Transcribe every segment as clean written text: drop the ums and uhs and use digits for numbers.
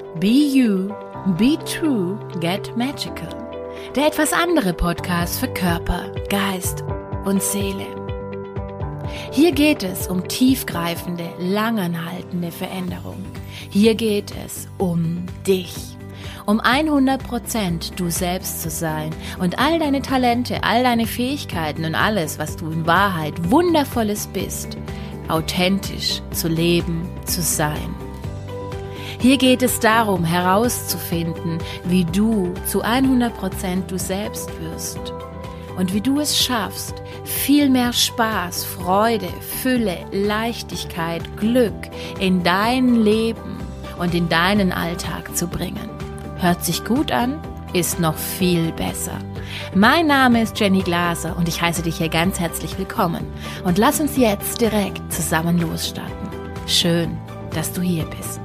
Be You, Be True, Get Magical. Der etwas andere Podcast für Körper, Geist und Seele. Hier geht es um tiefgreifende, langanhaltende Veränderung. Hier geht es um dich. Um 100% du selbst zu sein und all deine Talente, all deine Fähigkeiten und alles, was du in Wahrheit Wundervolles bist, authentisch zu leben, zu sein. Hier geht es darum, herauszufinden, wie du zu 100% du selbst wirst und wie du es schaffst, viel mehr Spaß, Freude, Fülle, Leichtigkeit, Glück in dein Leben und in deinen Alltag zu bringen. Hört sich gut an, ist noch viel besser. Mein Name ist Jenny Glaser und ich heiße dich hier ganz herzlich willkommen. Und lass uns jetzt direkt zusammen losstarten. Schön, dass du hier bist.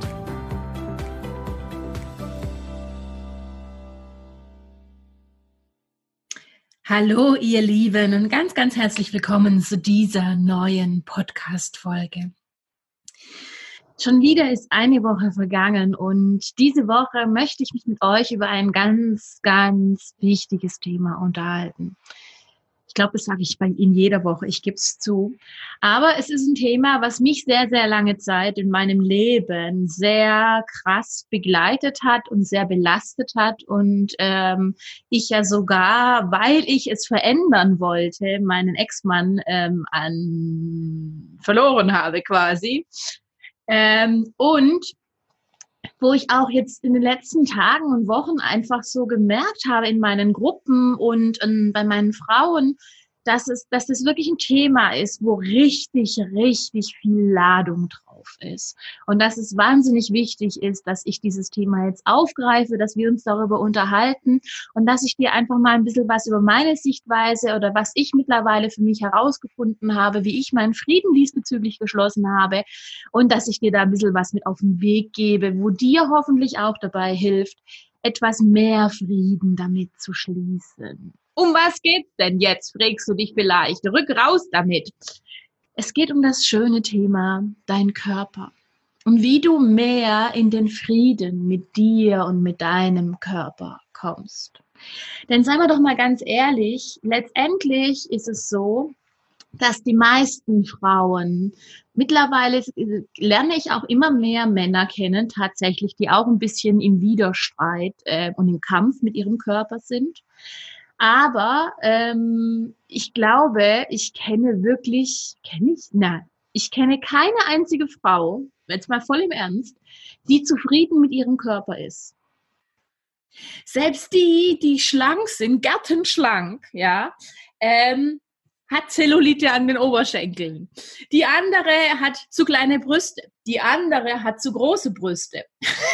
Hallo ihr Lieben und ganz, ganz herzlich willkommen zu dieser neuen Podcast-Folge. Schon wieder ist eine Woche vergangen und diese Woche möchte ich mich mit euch über ein ganz, ganz wichtiges Thema unterhalten. Ich glaube, das sage ich in jeder Woche, ich gebe es zu. Aber es ist ein Thema, was mich sehr, sehr lange Zeit in meinem Leben sehr krass begleitet hat und sehr belastet hat. Und ich ja sogar, weil ich es verändern wollte, meinen Ex-Mann verloren habe quasi. Und wo ich auch jetzt in den letzten Tagen und Wochen einfach so gemerkt habe in meinen Gruppen und bei meinen Frauen, dass das wirklich ein Thema ist, wo richtig, richtig viel Ladung drauf ist. Und dass es wahnsinnig wichtig ist, dass ich dieses Thema jetzt aufgreife, dass wir uns darüber unterhalten und dass ich dir einfach mal ein bisschen was über meine Sichtweise oder was ich mittlerweile für mich herausgefunden habe, wie ich meinen Frieden diesbezüglich geschlossen habe und dass ich dir da ein bisschen was mit auf den Weg gebe, wo dir hoffentlich auch dabei hilft, etwas mehr Frieden damit zu schließen. Um was geht's denn jetzt, fragst du dich vielleicht. Rück raus damit. Es geht um das schöne Thema, dein Körper. Und wie du mehr in den Frieden mit dir und mit deinem Körper kommst. Denn seien wir doch mal ganz ehrlich, letztendlich ist es so, dass die meisten Frauen, mittlerweile lerne ich auch immer mehr Männer kennen, tatsächlich, die auch ein bisschen im Widerstreit und im Kampf mit ihrem Körper sind. Aber ich glaube, ich kenne keine einzige Frau, jetzt mal voll im Ernst, die zufrieden mit ihrem Körper ist. Selbst die schlank sind, gärtenschlank, ja, hat Zellulite an den Oberschenkeln. Die andere hat zu kleine Brüste. Die andere hat zu große Brüste.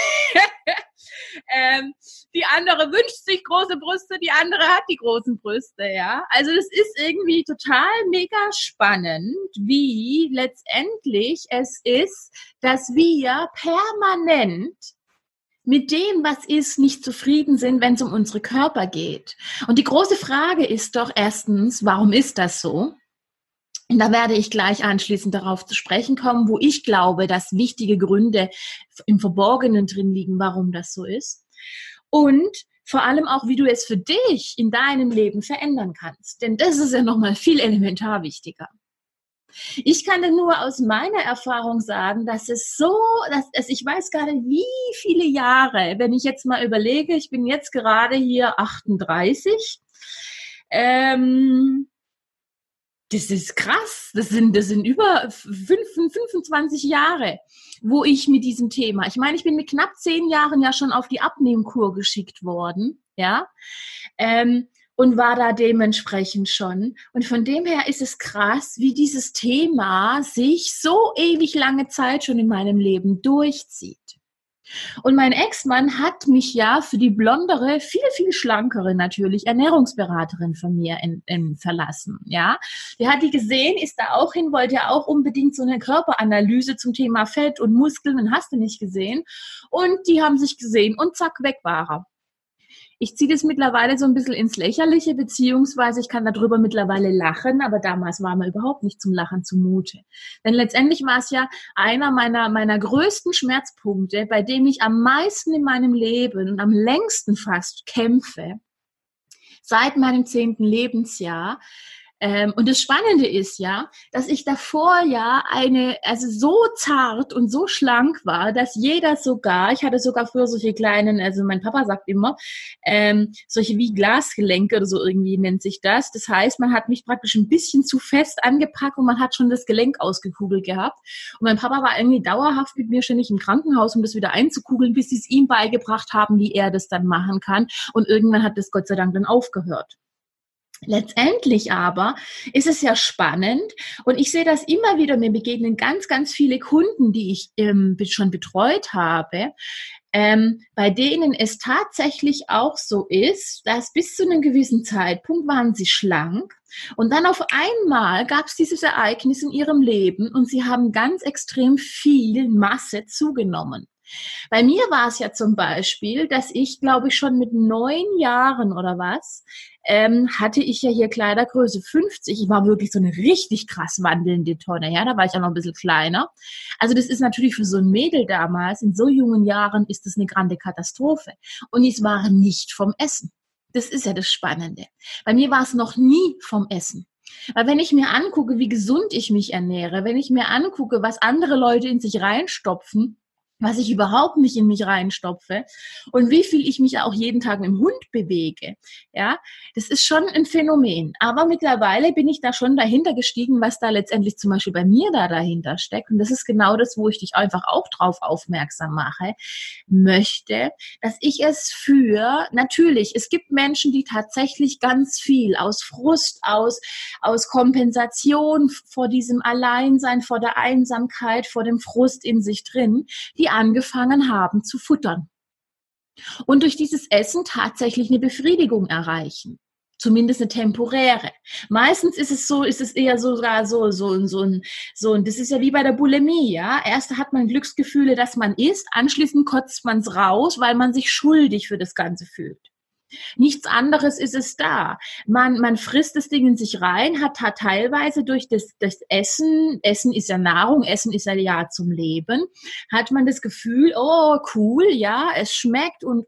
Die andere wünscht sich große Brüste, die andere hat die großen Brüste, ja. Also das ist irgendwie total mega spannend, wie letztendlich es ist, dass wir permanent mit dem, was ist, nicht zufrieden sind, wenn es um unsere Körper geht. Und die große Frage ist doch erstens, warum ist das so? Und da werde ich gleich anschließend darauf zu sprechen kommen, wo ich glaube, dass wichtige Gründe im Verborgenen drin liegen, warum das so ist. Und vor allem auch, wie du es für dich in deinem Leben verändern kannst. Denn das ist ja nochmal viel elementar wichtiger. Ich kann dir nur aus meiner Erfahrung sagen, dass ich weiß gar nicht, wie viele Jahre, wenn ich jetzt mal überlege, ich bin jetzt gerade hier 38, das ist krass, das sind über 25 Jahre, wo ich mit diesem Thema, ich meine, ich bin mit knapp 10 Jahren ja schon auf die Abnehmkur geschickt worden, ja, und war da dementsprechend schon. Und von dem her ist es krass, wie dieses Thema sich so ewig lange Zeit schon in meinem Leben durchzieht. Und mein Ex-Mann hat mich ja für die blondere, viel, viel schlankere natürlich Ernährungsberaterin von mir verlassen, ja. Der hat die gesehen, ist da auch hin, wollte ja auch unbedingt so eine Körperanalyse zum Thema Fett und Muskeln, und hast du nicht gesehen. Und die haben sich gesehen und zack, weg war er. Ich ziehe das mittlerweile so ein bisschen ins Lächerliche, beziehungsweise ich kann darüber mittlerweile lachen, aber damals war mir überhaupt nicht zum Lachen zumute. Denn letztendlich war es ja einer meiner größten Schmerzpunkte, bei dem ich am meisten in meinem Leben und am längsten fast kämpfe, seit meinem 10. Lebensjahr. Und das Spannende ist ja, dass ich davor ja also so zart und so schlank war, dass jeder sogar, ich hatte sogar früher solche kleinen, also mein Papa sagt immer, solche wie Glasgelenke oder so irgendwie nennt sich das. Das heißt, man hat mich praktisch ein bisschen zu fest angepackt und man hat schon das Gelenk ausgekugelt gehabt. Und mein Papa war irgendwie dauerhaft mit mir ständig im Krankenhaus, um das wieder einzukugeln, bis sie es ihm beigebracht haben, wie er das dann machen kann. Und irgendwann hat das Gott sei Dank dann aufgehört. Letztendlich aber ist es ja spannend und ich sehe das immer wieder, mir begegnen ganz, ganz viele Kunden, die ich schon betreut habe, bei denen es tatsächlich auch so ist, dass bis zu einem gewissen Zeitpunkt waren sie schlank und dann auf einmal gab es dieses Ereignis in ihrem Leben und sie haben ganz extrem viel Masse zugenommen. Bei mir war es ja zum Beispiel, dass ich, glaube ich, schon mit 9 Jahren oder was, hatte ich ja hier Kleidergröße 50. Ich war wirklich so eine richtig krass wandelnde Tonne. Ja, da war ich auch noch ein bisschen kleiner. Also das ist natürlich für so ein Mädel damals, in so jungen Jahren, ist das eine grande Katastrophe. Und es war nicht vom Essen. Das ist ja das Spannende. Bei mir war es noch nie vom Essen. Weil wenn ich mir angucke, wie gesund ich mich ernähre, wenn ich mir angucke, was andere Leute in sich reinstopfen, was ich überhaupt nicht in mich reinstopfe und wie viel ich mich auch jeden Tag mit dem Hund bewege. Ja, das ist schon ein Phänomen. Aber mittlerweile bin ich da schon dahinter gestiegen, was da letztendlich zum Beispiel bei mir da dahinter steckt. Und das ist genau das, wo ich dich einfach auch drauf aufmerksam mache möchte, dass ich es natürlich, es gibt Menschen, die tatsächlich ganz viel aus Frust, aus Kompensation vor diesem Alleinsein, vor der Einsamkeit, vor dem Frust in sich drin, die angefangen haben zu futtern und durch dieses Essen tatsächlich eine Befriedigung erreichen. Zumindest eine temporäre. Meistens ist es eher sogar so, und das ist ja wie bei der Bulimie, ja. Erst hat man Glücksgefühle, dass man isst, anschließend kotzt man es raus, weil man sich schuldig für das Ganze fühlt. Nichts anderes ist es da. Man frisst das Ding in sich rein, hat teilweise durch das Essen ist ja Nahrung, Essen ist ja zum Leben, hat man das Gefühl, oh cool, ja, es schmeckt und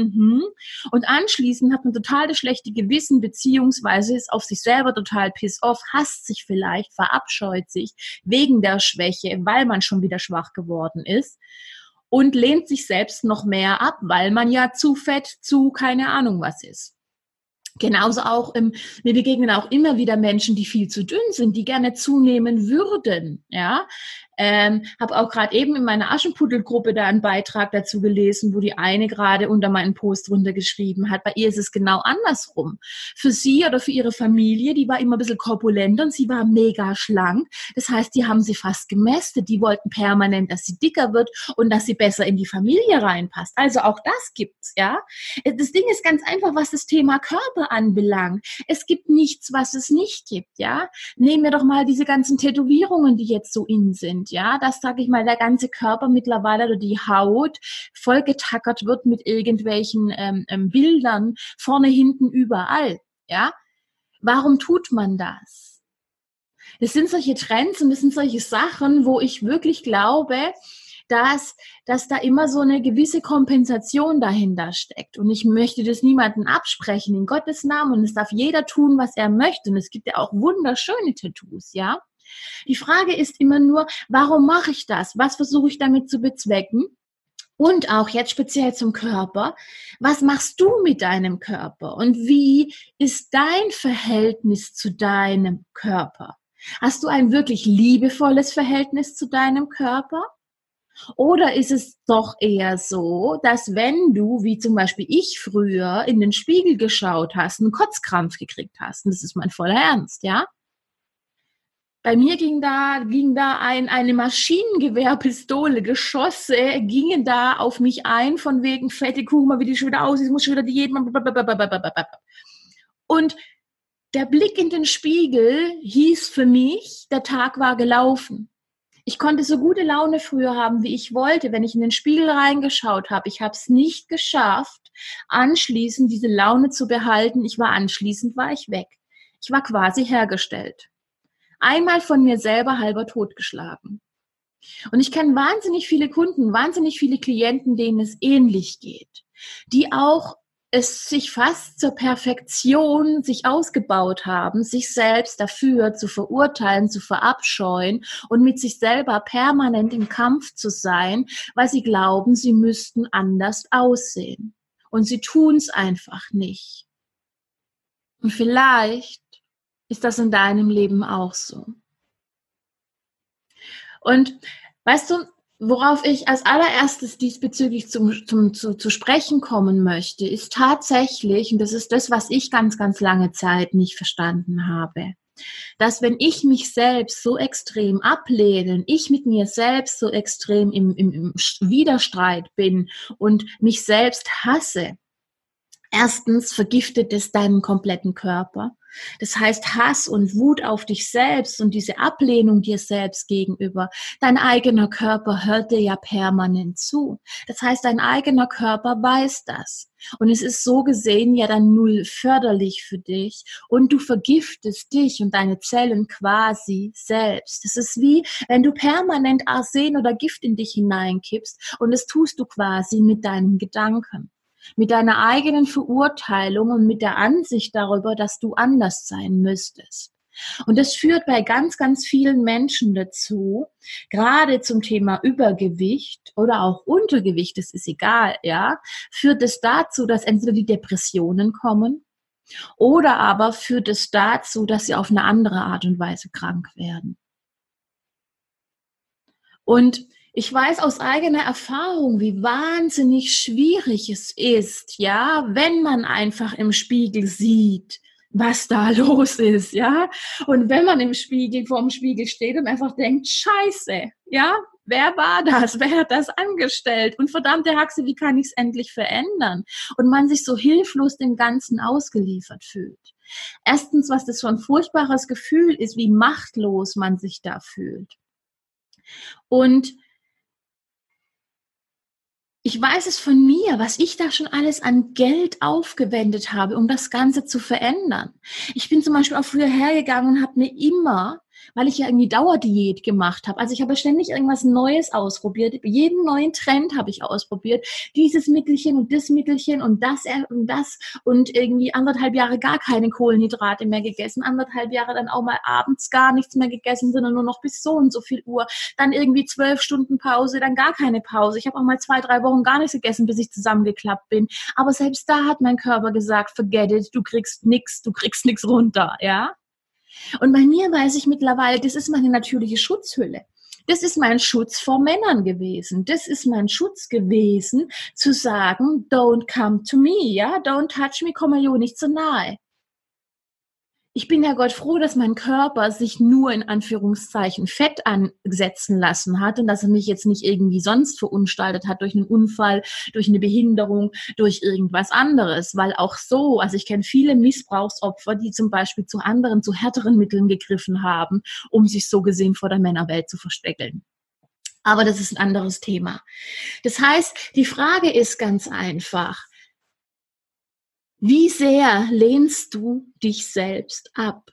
und anschließend hat man total das schlechte Gewissen, beziehungsweise ist auf sich selber total piss off, hasst sich vielleicht, verabscheut sich wegen der Schwäche, weil man schon wieder schwach geworden ist. Und lehnt sich selbst noch mehr ab, weil man ja zu fett, zu keine Ahnung was ist. Genauso auch, mir begegnen auch immer wieder Menschen, die viel zu dünn sind, die gerne zunehmen würden, ja. Habe auch gerade eben in meiner Aschenputtelgruppe da einen Beitrag dazu gelesen, wo die eine gerade unter meinen Post drunter geschrieben hat. Bei ihr ist es genau andersrum. Für sie oder für ihre Familie, die war immer ein bisschen korpulent und sie war mega schlank. Das heißt, die haben sie fast gemästet. Die wollten permanent, dass sie dicker wird und dass sie besser in die Familie reinpasst. Also auch das gibt's, ja. Das Ding ist ganz einfach, was das Thema Körper anbelangt. Es gibt nichts, was es nicht gibt, ja. Nehmen wir doch mal diese ganzen Tätowierungen, die jetzt so in sind. Ja, dass, sage ich mal, der ganze Körper mittlerweile oder die Haut vollgetackert wird mit irgendwelchen Bildern, vorne, hinten, überall. Ja, warum tut man das? Das sind solche Trends und das sind solche Sachen, wo ich wirklich glaube, dass da immer so eine gewisse Kompensation dahinter steckt. Und ich möchte das niemandem absprechen, in Gottes Namen. Und es darf jeder tun, was er möchte. Und es gibt ja auch wunderschöne Tattoos, ja. Die Frage ist immer nur, warum mache ich das? Was versuche ich damit zu bezwecken? Und auch jetzt speziell zum Körper, was machst du mit deinem Körper? Und wie ist dein Verhältnis zu deinem Körper? Hast du ein wirklich liebevolles Verhältnis zu deinem Körper? Oder ist es doch eher so, dass wenn du, wie zum Beispiel ich früher, in den Spiegel geschaut hast, einen Kotzkrampf gekriegt hast, und das ist mein voller Ernst, ja? Bei mir ging da eine Maschinengewehrpistole, Geschosse gingen da auf mich ein, von wegen fette Kuh, mal wie die schon wieder aus, ich muss schon wieder Diät machen. Und der Blick in den Spiegel hieß für mich, der Tag war gelaufen. Ich konnte so gute Laune früher haben, wie ich wollte, wenn ich in den Spiegel reingeschaut habe. Ich habe es nicht geschafft, Anschließend diese Laune zu behalten, anschließend war ich weg. Ich war quasi hergestellt. Einmal von mir selber halber totgeschlagen. Und ich kenne wahnsinnig viele Kunden, wahnsinnig viele Klienten, denen es ähnlich geht, die auch es sich fast zur Perfektion sich ausgebaut haben, sich selbst dafür zu verurteilen, zu verabscheuen und mit sich selber permanent im Kampf zu sein, weil sie glauben, sie müssten anders aussehen. Und sie tun es einfach nicht. Und vielleicht ist das in deinem Leben auch so. Und weißt du, worauf ich als allererstes diesbezüglich zu sprechen kommen möchte, ist tatsächlich, und das ist das, was ich ganz, ganz lange Zeit nicht verstanden habe, dass wenn ich mich selbst so extrem ablehne, ich mit mir selbst so extrem im Widerstreit bin und mich selbst hasse, erstens vergiftet es deinen kompletten Körper. Das heißt, Hass und Wut auf dich selbst und diese Ablehnung dir selbst gegenüber, dein eigener Körper hört dir ja permanent zu. Das heißt, dein eigener Körper weiß das. Und es ist so gesehen ja dann null förderlich für dich. Und du vergiftest dich und deine Zellen quasi selbst. Es ist wie, wenn du permanent Arsen oder Gift in dich hineinkippst und das tust du quasi mit deinen Gedanken. Mit deiner eigenen Verurteilung und mit der Ansicht darüber, dass du anders sein müsstest. Und das führt bei ganz, ganz vielen Menschen dazu, gerade zum Thema Übergewicht oder auch Untergewicht, das ist egal, ja, führt es dazu, dass entweder die Depressionen kommen oder aber führt es dazu, dass sie auf eine andere Art und Weise krank werden. Und ich weiß aus eigener Erfahrung, wie wahnsinnig schwierig es ist, ja, wenn man einfach im Spiegel sieht, was da los ist, ja. Und wenn man vorm Spiegel steht und einfach denkt, Scheiße, ja, wer war das? Wer hat das angestellt? Und verdammte Haxe, wie kann ich es endlich verändern? Und man sich so hilflos dem Ganzen ausgeliefert fühlt. Erstens, was das für ein furchtbares Gefühl ist, wie machtlos man sich da fühlt. Und ich weiß es von mir, was ich da schon alles an Geld aufgewendet habe, um das Ganze zu verändern. Ich bin zum Beispiel auch früher hergegangen und habe mir immer, weil ich ja irgendwie Dauerdiät gemacht habe, also ich habe ständig irgendwas Neues ausprobiert, jeden neuen Trend habe ich ausprobiert, dieses Mittelchen und das Mittelchen und das und irgendwie 1,5 Jahre gar keine Kohlenhydrate mehr gegessen, 1,5 Jahre dann auch mal abends gar nichts mehr gegessen, sondern nur noch bis so und so viel Uhr, dann irgendwie 12 Stunden Pause, dann gar keine Pause. Ich habe auch mal 2-3 Wochen gar nichts gegessen, bis ich zusammengeklappt bin. Aber selbst da hat mein Körper gesagt, forget it, du kriegst nichts runter, ja. Und bei mir weiß ich mittlerweile, das ist meine natürliche Schutzhülle. Das ist mein Schutz vor Männern gewesen. Das ist mein Schutz gewesen, zu sagen, don't come to me, ja, don't touch me, komm mir nicht so nahe. Ich bin ja Gott froh, dass mein Körper sich nur in Anführungszeichen Fett ansetzen lassen hat und dass er mich jetzt nicht irgendwie sonst verunstaltet hat durch einen Unfall, durch eine Behinderung, durch irgendwas anderes. Weil auch so, also ich kenne viele Missbrauchsopfer, die zum Beispiel zu härteren Mitteln gegriffen haben, um sich so gesehen vor der Männerwelt zu versteckeln. Aber das ist ein anderes Thema. Das heißt, die Frage ist ganz einfach: Wie sehr lehnst du dich selbst ab?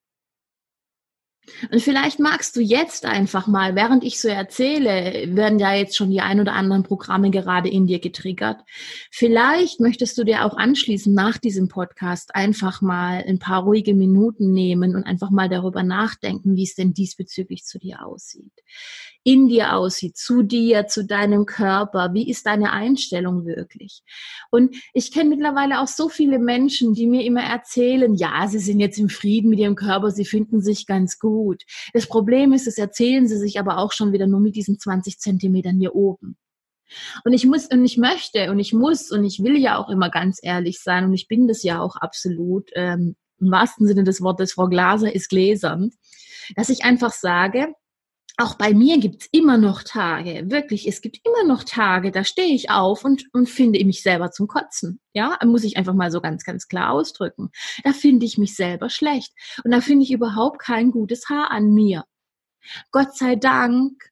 Und vielleicht magst du jetzt einfach mal, während ich so erzähle, werden ja jetzt schon die ein oder anderen Programme gerade in dir getriggert. Vielleicht möchtest du dir auch anschließend nach diesem Podcast einfach mal ein paar ruhige Minuten nehmen und einfach mal darüber nachdenken, wie es denn diesbezüglich zu dir aussieht. In dir aussieht, zu dir, zu deinem Körper, wie ist deine Einstellung wirklich? Und ich kenne mittlerweile auch so viele Menschen, die mir immer erzählen, ja, sie sind jetzt im Frieden mit ihrem Körper, sie finden sich ganz gut. Das Problem ist, das erzählen sie sich aber auch schon wieder nur mit diesen 20 Zentimetern hier oben. Und ich muss und ich möchte und ich muss und ich will ja auch immer ganz ehrlich sein und ich bin das ja auch absolut, im wahrsten Sinne des Wortes, Frau Glaser ist gläsern, dass ich einfach sage, auch bei mir gibt's immer noch Tage, wirklich, es gibt immer noch Tage, da stehe ich auf und finde mich selber zum Kotzen. Ja, muss ich einfach mal so ganz, ganz klar ausdrücken. Da finde ich mich selber schlecht und da finde ich überhaupt kein gutes Haar an mir. Gott sei Dank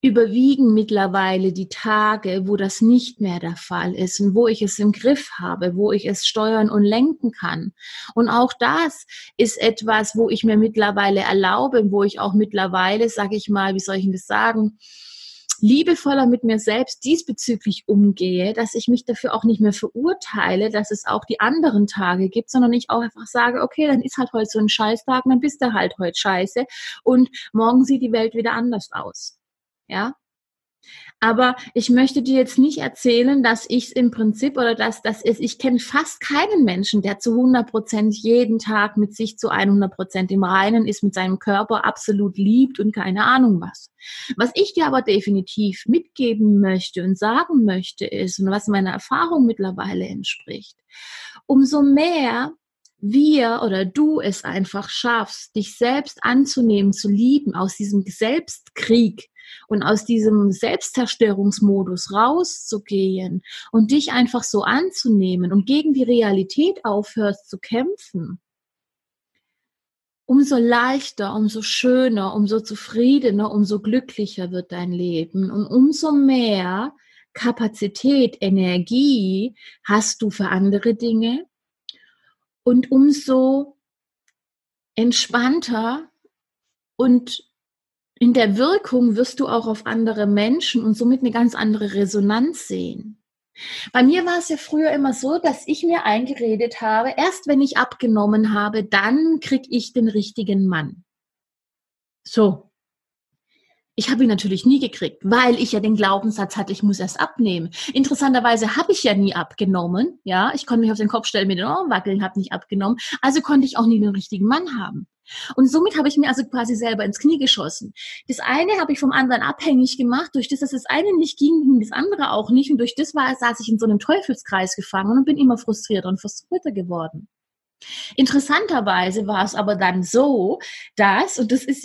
überwiegen mittlerweile die Tage, wo das nicht mehr der Fall ist und wo ich es im Griff habe, wo ich es steuern und lenken kann. Und auch das ist etwas, wo ich mir mittlerweile erlaube, wo ich auch mittlerweile, sage ich mal, wie soll ich das sagen, liebevoller mit mir selbst diesbezüglich umgehe, dass ich mich dafür auch nicht mehr verurteile, dass es auch die anderen Tage gibt, sondern ich auch einfach sage, okay, dann ist halt heute so ein Scheißtag, dann bist du halt heute scheiße und morgen sieht die Welt wieder anders aus. Ja? Aber ich möchte dir jetzt nicht erzählen, dass ich es im Prinzip oder dass das ist, ich kenne fast keinen Menschen, der zu 100% jeden Tag mit sich zu 100% im Reinen ist, mit seinem Körper absolut liebt und keine Ahnung was. Was ich dir aber definitiv mitgeben möchte und sagen möchte ist, und was meiner Erfahrung mittlerweile entspricht, umso mehr wir oder du es einfach schaffst, dich selbst anzunehmen, zu lieben, aus diesem Selbstkrieg und aus diesem Selbstzerstörungsmodus rauszugehen und dich einfach so anzunehmen und gegen die Realität aufhörst zu kämpfen, umso leichter, umso schöner, umso zufriedener, umso glücklicher wird dein Leben und umso mehr Kapazität, Energie hast du für andere Dinge und umso entspannter und in der Wirkung wirst du auch auf andere Menschen und somit eine ganz andere Resonanz sehen. Bei mir war es ja früher immer so, dass ich mir eingeredet habe, erst wenn ich abgenommen habe, dann kriege ich den richtigen Mann. So. Ich habe ihn natürlich nie gekriegt, weil ich ja den Glaubenssatz hatte, ich muss erst abnehmen. Interessanterweise habe ich ja nie abgenommen. Ja, ich konnte mich auf den Kopf stellen, mit den Ohren wackeln, habe nicht abgenommen. Also konnte ich auch nie den richtigen Mann haben. Und somit habe ich mir also quasi selber ins Knie geschossen. Das eine habe ich vom anderen abhängig gemacht. Durch das, dass das eine nicht ging, ging das andere auch nicht. Und durch das saß ich in so einem Teufelskreis gefangen und bin immer frustrierter und frustrierter geworden. Interessanterweise war es aber dann so, dass, und das ist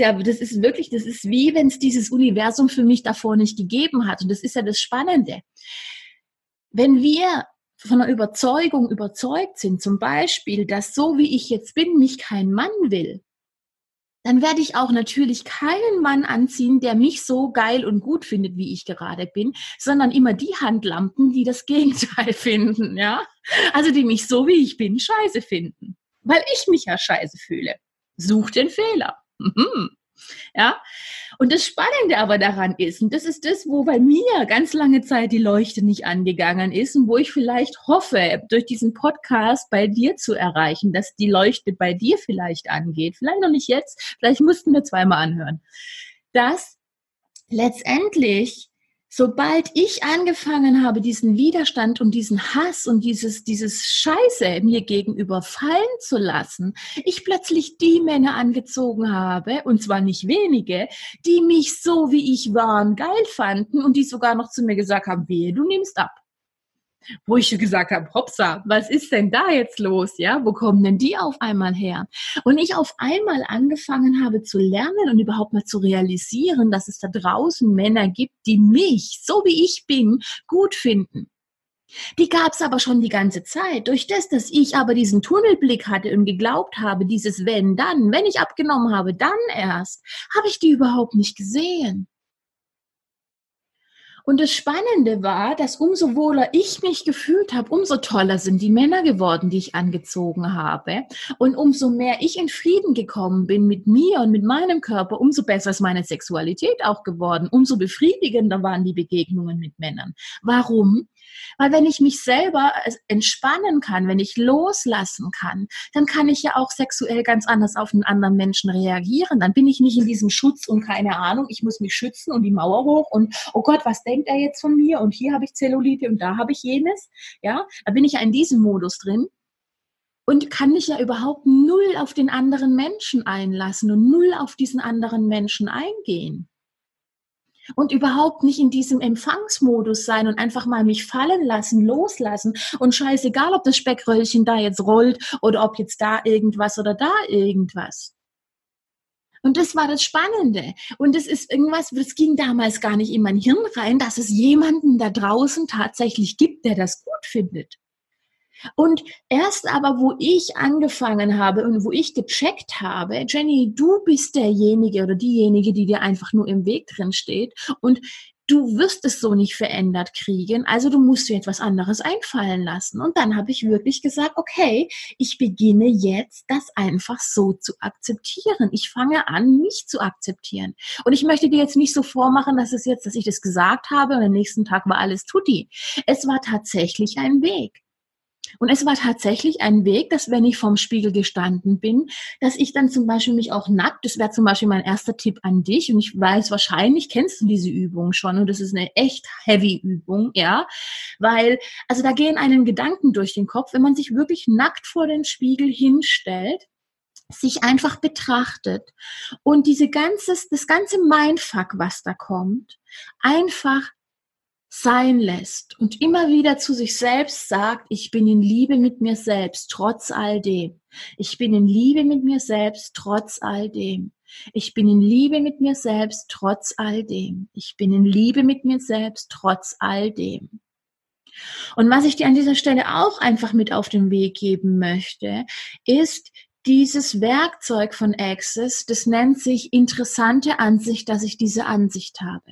wie wenn es dieses Universum für mich davor nicht gegeben hat. Und das ist ja das Spannende. Wenn wir von einer Überzeugung überzeugt sind, zum Beispiel, dass so wie ich jetzt bin, mich kein Mann will, dann werde ich auch natürlich keinen Mann anziehen, der mich so geil und gut findet, wie ich gerade bin, sondern immer die Handlampen, die das Gegenteil finden, ja? Also die mich so, wie ich bin, scheiße finden. Weil ich mich ja scheiße fühle. Such den Fehler. Ja? Und das Spannende aber daran ist, und das ist das, wo bei mir ganz lange Zeit die Leuchte nicht angegangen ist und wo ich vielleicht hoffe, durch diesen Podcast bei dir zu erreichen, dass die Leuchte bei dir vielleicht angeht. Vielleicht noch nicht jetzt, vielleicht mussten wir zweimal anhören. Dass letztendlich, sobald ich angefangen habe, diesen Widerstand und diesen Hass und dieses Scheiße mir gegenüber fallen zu lassen, ich plötzlich die Männer angezogen habe, und zwar nicht wenige, die mich so, wie ich war, geil fanden und die sogar noch zu mir gesagt haben, wehe, du nimmst ab. Wo ich gesagt habe, hoppsa, was ist denn da jetzt los? Ja, wo kommen denn die auf einmal her? Und ich auf einmal angefangen habe zu lernen und überhaupt mal zu realisieren, dass es da draußen Männer gibt, die mich, so wie ich bin, gut finden. Die gab es aber schon die ganze Zeit. Durch das, dass ich aber diesen Tunnelblick hatte und geglaubt habe, dieses wenn, dann, wenn ich abgenommen habe, dann erst, habe ich die überhaupt nicht gesehen. Und das Spannende war, dass umso wohler ich mich gefühlt habe, umso toller sind die Männer geworden, die ich angezogen habe. Und umso mehr ich in Frieden gekommen bin mit mir und mit meinem Körper, umso besser ist meine Sexualität auch geworden. Umso befriedigender waren die Begegnungen mit Männern. Warum? Weil wenn ich mich selber entspannen kann, wenn ich loslassen kann, dann kann ich ja auch sexuell ganz anders auf einen anderen Menschen reagieren. Dann bin ich nicht in diesem Schutz und keine Ahnung, ich muss mich schützen und die Mauer hoch und oh Gott, was denkt er jetzt von mir? Und hier habe ich Zellulite und da habe ich jenes. Ja, da bin ich ja in diesem Modus drin und kann mich ja überhaupt null auf den anderen Menschen einlassen und null auf diesen anderen Menschen eingehen. Und überhaupt nicht in diesem Empfangsmodus sein und einfach mal mich fallen lassen, loslassen und scheißegal, ob das Speckröllchen da jetzt rollt oder ob jetzt da irgendwas oder da irgendwas. Und das war das Spannende. Und das ist irgendwas, das ging damals gar nicht in mein Hirn rein, dass es jemanden da draußen tatsächlich gibt, der das gut findet. Und erst aber, wo ich angefangen habe und wo ich gecheckt habe, Jenny, du bist derjenige oder diejenige, die dir einfach nur im Weg drin steht und du wirst es so nicht verändert kriegen, also du musst dir etwas anderes einfallen lassen. Und dann habe ich wirklich gesagt, okay, ich beginne jetzt, das einfach so zu akzeptieren. Ich fange an, mich zu akzeptieren. Und ich möchte dir jetzt nicht so vormachen, dass ich das gesagt habe und am nächsten Tag war alles tutti. Es war tatsächlich ein Weg. Und es war tatsächlich ein Weg, dass wenn ich vorm Spiegel gestanden bin, dass ich dann zum Beispiel mich auch nackt, das wäre zum Beispiel mein erster Tipp an dich und ich weiß, wahrscheinlich kennst du diese Übung schon und das ist eine echt heavy Übung, ja, weil, also da gehen einen Gedanken durch den Kopf, wenn man sich wirklich nackt vor den Spiegel hinstellt, sich einfach betrachtet und das ganze Mindfuck, was da kommt, einfach sein lässt und immer wieder zu sich selbst sagt, ich bin in Liebe mit mir selbst, trotz all dem. Ich bin in Liebe mit mir selbst, trotz all dem. Ich bin in Liebe mit mir selbst, trotz all dem. Ich bin in Liebe mit mir selbst, trotz all dem. Und was ich dir an dieser Stelle auch einfach mit auf den Weg geben möchte, ist dieses Werkzeug von Access, das nennt sich interessante Ansicht, dass ich diese Ansicht habe.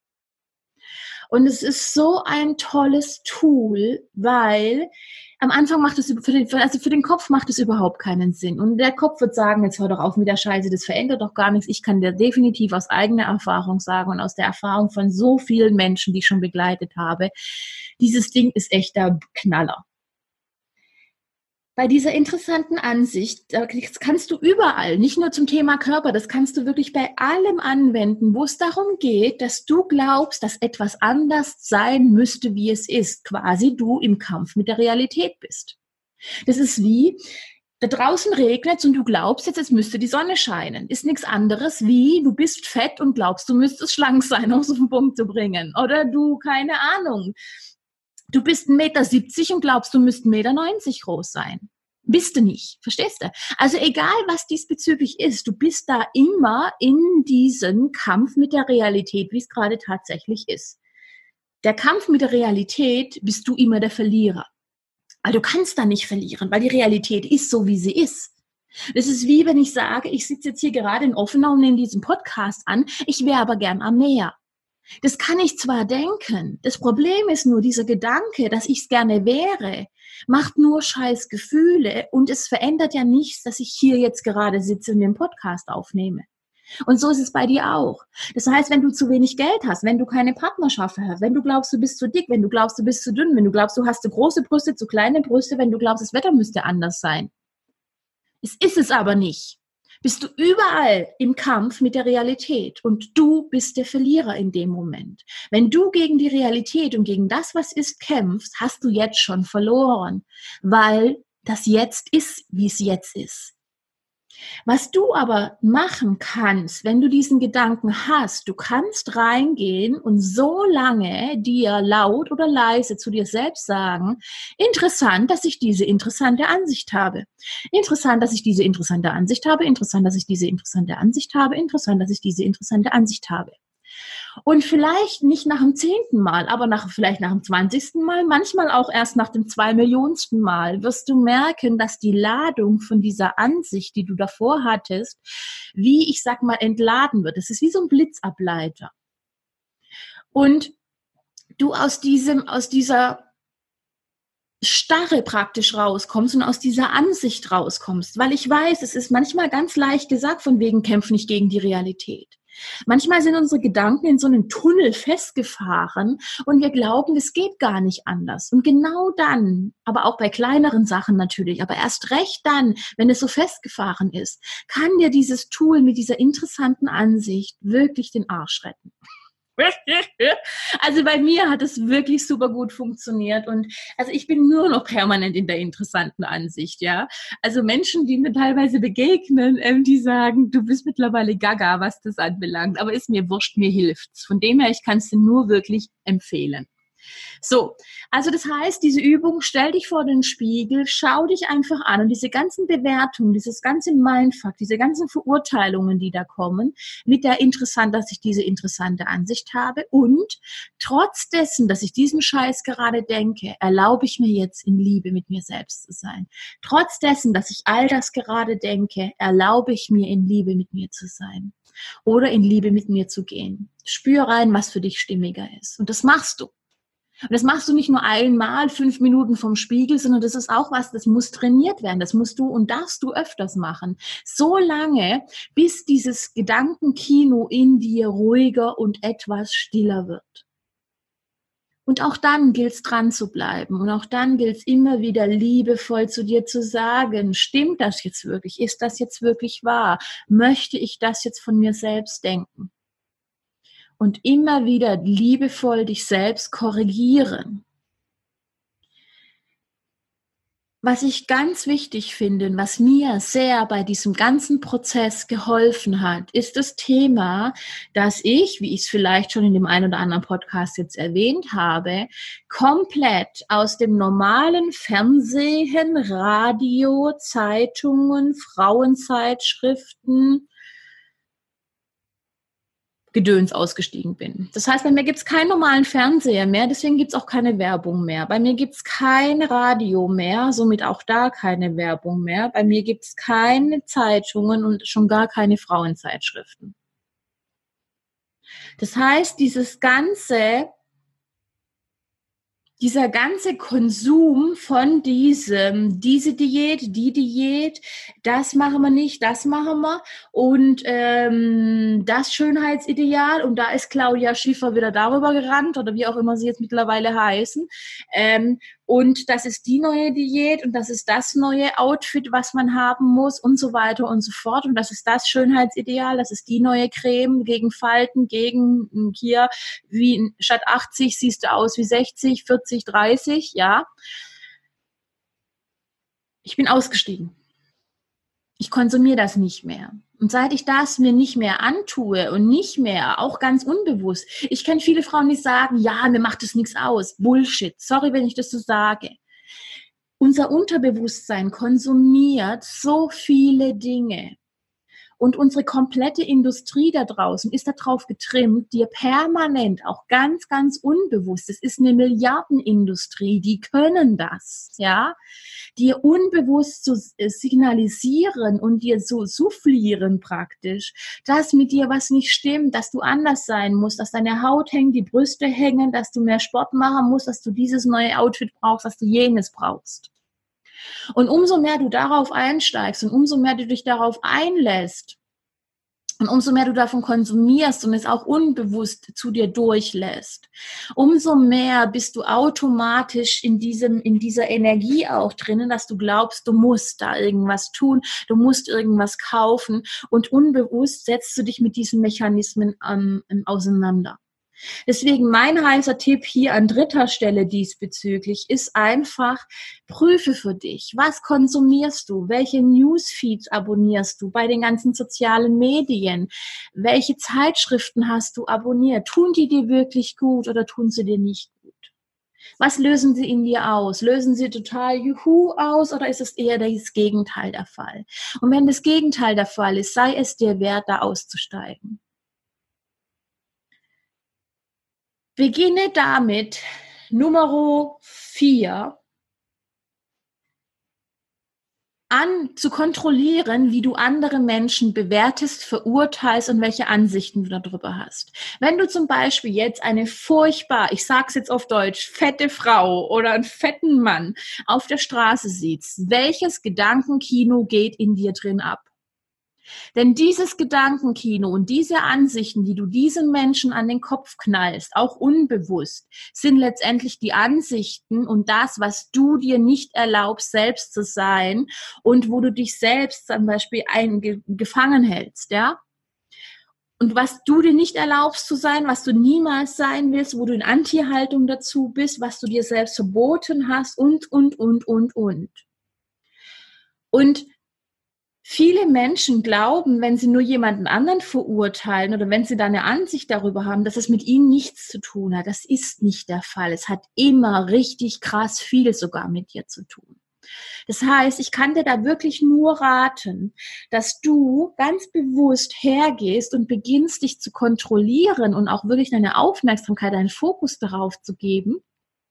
Und es ist so ein tolles Tool, weil am Anfang macht es für den Kopf macht es überhaupt keinen Sinn. Und der Kopf wird sagen, jetzt hör doch auf mit der Scheiße, das verändert doch gar nichts. Ich kann dir definitiv aus eigener Erfahrung sagen und aus der Erfahrung von so vielen Menschen, die ich schon begleitet habe, dieses Ding ist echt der Knaller. Bei dieser interessanten Ansicht, das kannst du überall, nicht nur zum Thema Körper, das kannst du wirklich bei allem anwenden, wo es darum geht, dass du glaubst, dass etwas anders sein müsste, wie es ist. Quasi du im Kampf mit der Realität bist. Das ist wie, da draußen regnet es und du glaubst jetzt, es müsste die Sonne scheinen. Ist nichts anderes wie, du bist fett und glaubst, du müsstest schlank sein, um es auf den Punkt zu bringen. Oder du, keine Ahnung. Du bist 1,70 Meter und glaubst, du müsst 1,90 Meter groß sein. Bist du nicht, verstehst du? Also egal, was diesbezüglich ist, du bist da immer in diesem Kampf mit der Realität, wie es gerade tatsächlich ist. Der Kampf mit der Realität bist du immer der Verlierer. Weil du kannst da nicht verlieren, weil die Realität ist so, wie sie ist. Das ist wie, wenn ich sage, ich sitze jetzt hier gerade in Offenau und nehme diesen Podcast an, ich wäre aber gern am Meer. Das kann ich zwar denken, das Problem ist nur, dieser Gedanke, dass ich es gerne wäre, macht nur scheiß Gefühle und es verändert ja nichts, dass ich hier jetzt gerade sitze und den Podcast aufnehme. Und so ist es bei dir auch. Das heißt, wenn du zu wenig Geld hast, wenn du keine Partnerschaft hast, wenn du glaubst, du bist zu dick, wenn du glaubst, du bist zu dünn, wenn du glaubst, du hast zu große Brüste, zu kleine Brüste, wenn du glaubst, das Wetter müsste anders sein. Es ist es aber nicht. Bist du überall im Kampf mit der Realität und du bist der Verlierer in dem Moment. Wenn du gegen die Realität und gegen das, was ist, kämpfst, hast du jetzt schon verloren, weil das Jetzt ist, wie es jetzt ist. Was du aber machen kannst, wenn du diesen Gedanken hast, du kannst reingehen und so lange dir laut oder leise zu dir selbst sagen, interessant, dass ich diese interessante Ansicht habe. Interessant, dass ich diese interessante Ansicht habe. Interessant, dass ich diese interessante Ansicht habe. Interessant, dass ich diese interessante Ansicht habe. Und vielleicht nicht nach dem 10. Mal, aber vielleicht nach dem 20. Mal, manchmal auch erst nach dem 2 Millionsten Mal, wirst du merken, dass die Ladung von dieser Ansicht, die du davor hattest, wie, ich sag mal, entladen wird. Es ist wie so ein Blitzableiter. Und du aus dieser Starre praktisch rauskommst und aus dieser Ansicht rauskommst. Weil ich weiß, es ist manchmal ganz leicht gesagt, von wegen kämpf nicht gegen die Realität. Manchmal sind unsere Gedanken in so einem Tunnel festgefahren und wir glauben, es geht gar nicht anders. Und genau dann, aber auch bei kleineren Sachen natürlich, aber erst recht dann, wenn es so festgefahren ist, kann dir dieses Tool mit dieser interessanten Ansicht wirklich den Arsch retten. Also bei mir hat es wirklich super gut funktioniert und also ich bin nur noch permanent in der interessanten Ansicht, ja. Also Menschen, die mir teilweise begegnen, die sagen, du bist mittlerweile gaga, was das anbelangt, aber ist mir wurscht, mir hilft's. Von dem her, ich kann es dir nur wirklich empfehlen. So, also das heißt, diese Übung, stell dich vor den Spiegel, schau dich einfach an und diese ganzen Bewertungen, dieses ganze Mindfuck, diese ganzen Verurteilungen, die da kommen, mit der interessant, dass ich diese interessante Ansicht habe und trotz dessen, dass ich diesen Scheiß gerade denke, erlaube ich mir jetzt in Liebe mit mir selbst zu sein. Trotz dessen, dass ich all das gerade denke, erlaube ich mir in Liebe mit mir zu sein oder in Liebe mit mir zu gehen. Spür rein, was für dich stimmiger ist und das machst du. Und das machst du nicht nur einmal 5 Minuten vom Spiegel, sondern das ist auch was, das muss trainiert werden. Das musst du und darfst du öfters machen. So lange, bis dieses Gedankenkino in dir ruhiger und etwas stiller wird. Und auch dann gilt es dran zu bleiben. Und auch dann gilt es immer wieder liebevoll zu dir zu sagen, stimmt das jetzt wirklich? Ist das jetzt wirklich wahr? Möchte ich das jetzt von mir selbst denken? Und immer wieder liebevoll dich selbst korrigieren. Was ich ganz wichtig finde, was mir sehr bei diesem ganzen Prozess geholfen hat, ist das Thema, dass ich, wie ich es vielleicht schon in dem einen oder anderen Podcast jetzt erwähnt habe, komplett aus dem normalen Fernsehen, Radio, Zeitungen, Frauenzeitschriften, Gedöns ausgestiegen bin. Das heißt, bei mir gibt es keinen normalen Fernseher mehr, deswegen gibt es auch keine Werbung mehr. Bei mir gibt es kein Radio mehr, somit auch da keine Werbung mehr. Bei mir gibt es keine Zeitungen und schon gar keine Frauenzeitschriften. Das heißt, dieser ganze Konsum von diese Diät, die Diät, das machen wir nicht, das machen wir und das Schönheitsideal und da ist Claudia Schiffer wieder darüber gerannt oder wie auch immer sie jetzt mittlerweile heißen und das ist die neue Diät und das ist das neue Outfit, was man haben muss und so weiter und so fort und das ist das Schönheitsideal, das ist die neue Creme gegen Falten, gegen hier, wie statt 80 siehst du aus wie 60, 40, 30, ja. Ich bin ausgestiegen. Ich konsumiere das nicht mehr. Und seit ich das mir nicht mehr antue und nicht mehr, auch ganz unbewusst, ich kenne viele Frauen, die sagen, ja, mir macht das nichts aus. Bullshit. Sorry, wenn ich das so sage. Unser Unterbewusstsein konsumiert so viele Dinge. Und unsere komplette Industrie da draußen ist darauf getrimmt, dir permanent, auch ganz, ganz unbewusst, es ist eine Milliardenindustrie, die können das, ja, dir unbewusst zu signalisieren und dir so soufflieren praktisch, dass mit dir was nicht stimmt, dass du anders sein musst, dass deine Haut hängt, die Brüste hängen, dass du mehr Sport machen musst, dass du dieses neue Outfit brauchst, dass du jenes brauchst. Und umso mehr du darauf einsteigst und umso mehr du dich darauf einlässt und umso mehr du davon konsumierst und es auch unbewusst zu dir durchlässt, umso mehr bist du automatisch in dieser Energie auch drinnen, dass du glaubst, du musst da irgendwas tun, du musst irgendwas kaufen und unbewusst setzt du dich mit diesen Mechanismen auseinander. Deswegen mein heißer Tipp hier an dritter Stelle diesbezüglich ist einfach, prüfe für dich, was konsumierst du, welche Newsfeeds abonnierst du bei den ganzen sozialen Medien, welche Zeitschriften hast du abonniert, tun die dir wirklich gut oder tun sie dir nicht gut? Was lösen sie in dir aus? Lösen sie total Juhu aus oder ist es eher das Gegenteil der Fall? Und wenn das Gegenteil der Fall ist, sei es dir wert, da auszusteigen. Beginne damit, Nummer 4, zu kontrollieren, wie du andere Menschen bewertest, verurteilst und welche Ansichten du darüber hast. Wenn du zum Beispiel jetzt eine furchtbar, ich sag's jetzt auf Deutsch, fette Frau oder einen fetten Mann auf der Straße siehst, welches Gedankenkino geht in dir drin ab? Denn dieses Gedankenkino und diese Ansichten, die du diesen Menschen an den Kopf knallst, auch unbewusst, sind letztendlich die Ansichten und das, was du dir nicht erlaubst, selbst zu sein und wo du dich selbst zum Beispiel gefangen hältst, ja? Und was du dir nicht erlaubst zu sein, was du niemals sein willst, wo du in Anti-Haltung dazu bist, was du dir selbst verboten hast und. Und Viele Menschen glauben, wenn sie nur jemanden anderen verurteilen oder wenn sie da eine Ansicht darüber haben, dass es mit ihnen nichts zu tun hat. Das ist nicht der Fall. Es hat immer richtig krass viel sogar mit dir zu tun. Das heißt, ich kann dir da wirklich nur raten, dass du ganz bewusst hergehst und beginnst, dich zu kontrollieren und auch wirklich deine Aufmerksamkeit, deinen Fokus darauf zu geben.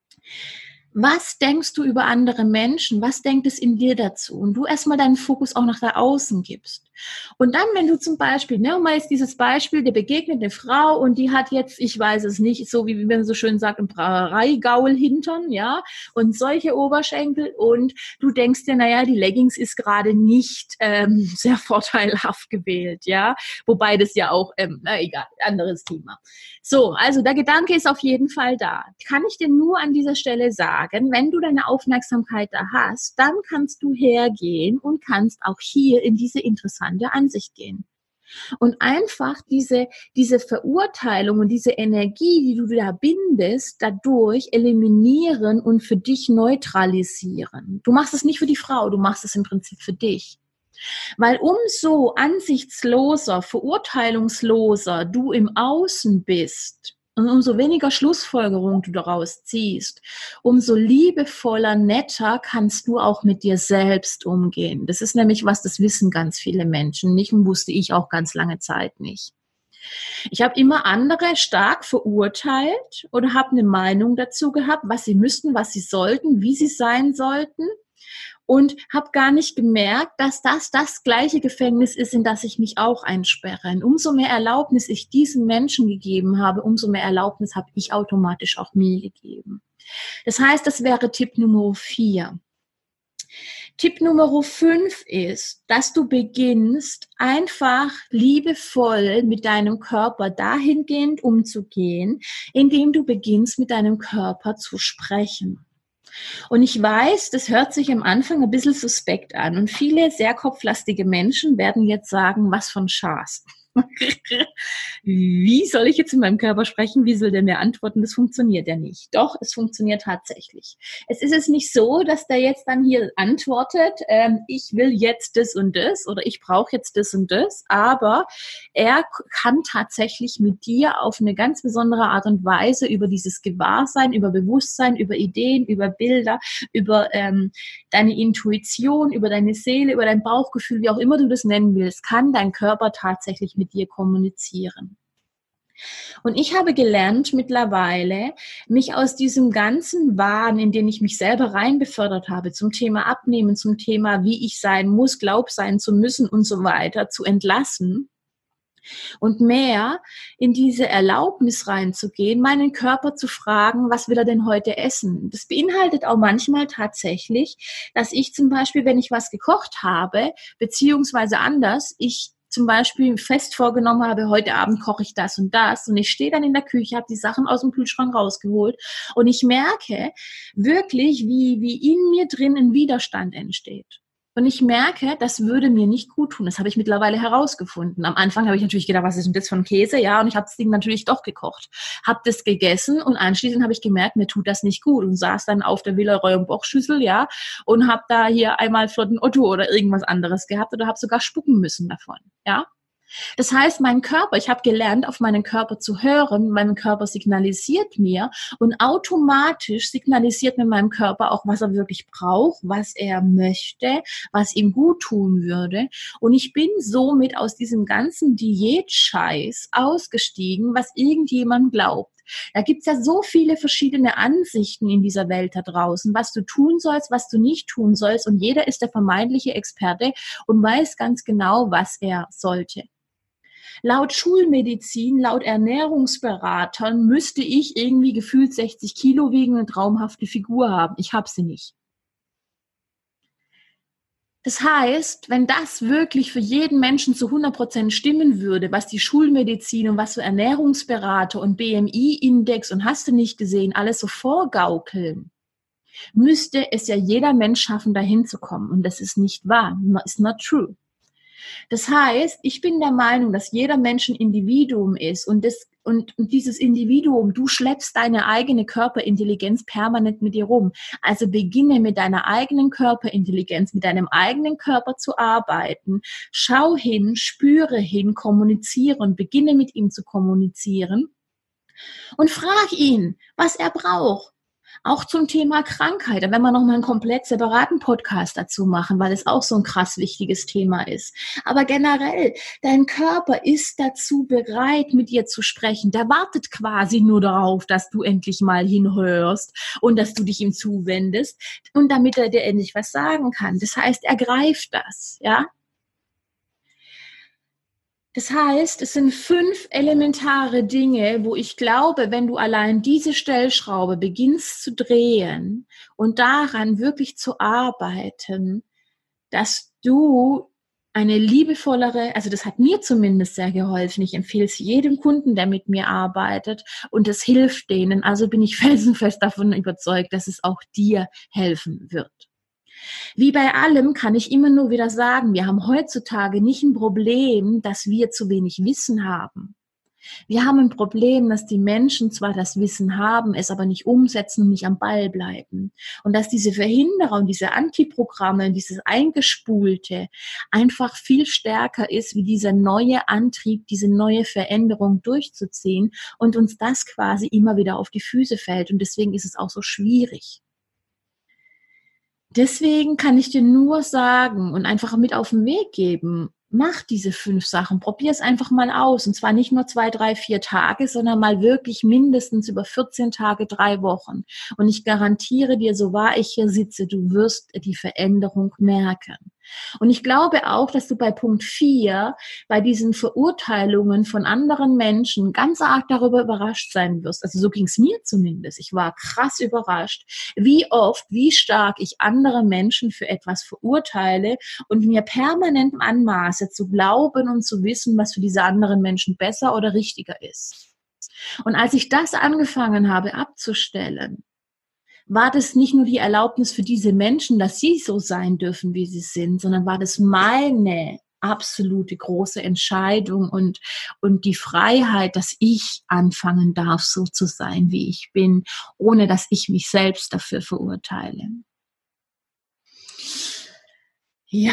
Was denkst du über andere Menschen? Was denkt es in dir dazu? Und du erstmal deinen Fokus auch nach da außen gibst. Und dann, wenn du zum Beispiel, nehmen wir mal jetzt dieses Beispiel, dir begegnet eine Frau und die hat jetzt, ich weiß es nicht, so wie man so schön sagt, ein Brauereigaul-Hintern, ja, und solche Oberschenkel und du denkst dir, naja, die Leggings ist gerade nicht sehr vorteilhaft gewählt, ja, wobei das ja auch, na egal, anderes Thema. So, also der Gedanke ist auf jeden Fall da. Kann ich dir nur an dieser Stelle sagen, wenn du deine Aufmerksamkeit da hast, dann kannst du hergehen und kannst auch hier in diese interessante Ansicht gehen. Und einfach diese Verurteilung und diese Energie, die du da bindest, dadurch eliminieren und für dich neutralisieren. Du machst es nicht für die Frau, du machst es im Prinzip für dich. Weil umso ansichtsloser, verurteilungsloser du im Außen bist und umso weniger Schlussfolgerung du daraus ziehst, umso liebevoller, netter kannst du auch mit dir selbst umgehen. Das ist nämlich was, das wissen ganz viele Menschen nicht und wusste ich auch ganz lange Zeit nicht. Ich habe immer andere stark verurteilt oder habe eine Meinung dazu gehabt, was sie müssten, was sie sollten, wie sie sein sollten. Und habe gar nicht gemerkt, dass das gleiche Gefängnis ist, in das ich mich auch einsperre. Und umso mehr Erlaubnis ich diesen Menschen gegeben habe, umso mehr Erlaubnis habe ich automatisch auch mir gegeben. Das heißt, das wäre Tipp Nummer 4. Tipp Nummer 5 ist, dass du beginnst, einfach liebevoll mit deinem Körper dahingehend umzugehen, indem du beginnst, mit deinem Körper zu sprechen. Und ich weiß, das hört sich am Anfang ein bisschen suspekt an. Und viele sehr kopflastige Menschen werden jetzt sagen, was für ein Schaß. Wie soll ich jetzt in meinem Körper sprechen? Wie soll der mir antworten? Das funktioniert ja nicht. Doch, es funktioniert tatsächlich. Es ist jetzt nicht so, dass der jetzt dann hier antwortet, ich will jetzt das und das oder ich brauche jetzt das und das, aber er kann tatsächlich mit dir auf eine ganz besondere Art und Weise über dieses Gewahrsein, über Bewusstsein, über Ideen, über Bilder, über deine Intuition, über deine Seele, über dein Bauchgefühl, wie auch immer du das nennen willst, kann dein Körper tatsächlich mit dir kommunizieren. Und ich habe gelernt mittlerweile, mich aus diesem ganzen Wahn, in den ich mich selber rein befördert habe, zum Thema Abnehmen, zum Thema, wie ich sein muss, glaub sein zu müssen und so weiter, zu entlassen und mehr in diese Erlaubnis reinzugehen, meinen Körper zu fragen, was will er denn heute essen? Das beinhaltet auch manchmal tatsächlich, dass ich zum Beispiel, wenn ich was gekocht habe, beziehungsweise anders, ich zum Beispiel fest vorgenommen habe, heute Abend koche ich das und das und ich stehe dann in der Küche, habe die Sachen aus dem Kühlschrank rausgeholt und ich merke wirklich, wie in mir drin ein Widerstand entsteht. Und ich merke, das würde mir nicht gut tun. Das habe ich mittlerweile herausgefunden. Am Anfang habe ich natürlich gedacht, was ist denn das für ein Käse? Ja, und ich habe das Ding natürlich doch gekocht. Habe das gegessen und anschließend habe ich gemerkt, mir tut das nicht gut und saß dann auf der Villeroy-Boch-Schüssel, ja, und habe da hier einmal flotten Otto oder irgendwas anderes gehabt oder habe sogar spucken müssen davon, ja. Das heißt, mein Körper, ich habe gelernt, auf meinen Körper zu hören, mein Körper signalisiert mir und automatisch signalisiert mir meinem Körper auch, was er wirklich braucht, was er möchte, was ihm gut tun würde. Und ich bin somit aus diesem ganzen Diätscheiß ausgestiegen, was irgendjemand glaubt. Da gibt's ja so viele verschiedene Ansichten in dieser Welt da draußen, was du tun sollst, was du nicht tun sollst. Und jeder ist der vermeintliche Experte und weiß ganz genau, was er sollte. Laut Schulmedizin, laut Ernährungsberatern müsste ich irgendwie gefühlt 60 Kilo wiegen und eine traumhafte Figur haben. Ich habe sie nicht. Das heißt, wenn das wirklich für jeden Menschen zu 100% stimmen würde, was die Schulmedizin und was so Ernährungsberater und BMI-Index und hast du nicht gesehen, alles so vorgaukeln, müsste es ja jeder Mensch schaffen, dahin zu kommen. Und das ist nicht wahr. It's not true. Das heißt, ich bin der Meinung, dass jeder Mensch ein Individuum ist und und dieses Individuum, du schleppst deine eigene Körperintelligenz permanent mit dir rum. Also beginne mit deiner eigenen Körperintelligenz, mit deinem eigenen Körper zu arbeiten. Schau hin, spüre hin, kommuniziere und beginne mit ihm zu kommunizieren und frag ihn, was er braucht. Auch zum Thema Krankheit. Da werden wir nochmal einen komplett separaten Podcast dazu machen, weil es auch so ein krass wichtiges Thema ist. Aber generell, dein Körper ist dazu bereit, mit dir zu sprechen. Der wartet quasi nur darauf, dass du endlich mal hinhörst und dass du dich ihm zuwendest und damit er dir endlich was sagen kann. Das heißt, er greift das, ja. Das heißt, es sind 5 elementare Dinge, wo ich glaube, wenn du allein diese Stellschraube beginnst zu drehen und daran wirklich zu arbeiten, dass du eine liebevollere, also das hat mir zumindest sehr geholfen. Ich empfehle es jedem Kunden, der mit mir arbeitet und es hilft denen. Also bin ich felsenfest davon überzeugt, dass es auch dir helfen wird. Wie bei allem kann ich immer nur wieder sagen, wir haben heutzutage nicht ein Problem, dass wir zu wenig Wissen haben. Wir haben ein Problem, dass die Menschen zwar das Wissen haben, es aber nicht umsetzen und nicht am Ball bleiben. Und dass diese Verhinderer und diese Antiprogramme, dieses Eingespulte einfach viel stärker ist, wie dieser neue Antrieb, diese neue Veränderung durchzuziehen und uns das quasi immer wieder auf die Füße fällt. Und deswegen ist es auch so schwierig. Deswegen kann ich dir nur sagen und einfach mit auf den Weg geben, mach diese 5 Sachen, probier es einfach mal aus. Und zwar nicht nur 2, 3, 4 Tage, sondern mal wirklich mindestens über 14 Tage, 3 Wochen. Und ich garantiere dir, so wahr ich hier sitze, du wirst die Veränderung merken. Und ich glaube auch, dass du bei Punkt 4, bei diesen Verurteilungen von anderen Menschen ganz arg darüber überrascht sein wirst. Also so ging es mir zumindest. Ich war krass überrascht, wie oft, wie stark ich andere Menschen für etwas verurteile und mir permanent anmaße zu glauben und zu wissen, was für diese anderen Menschen besser oder richtiger ist. Und als ich das angefangen habe abzustellen, war das nicht nur die Erlaubnis für diese Menschen, dass sie so sein dürfen, wie sie sind, sondern war das meine absolute große Entscheidung und die Freiheit, dass ich anfangen darf, so zu sein, wie ich bin, ohne dass ich mich selbst dafür verurteile. Ja.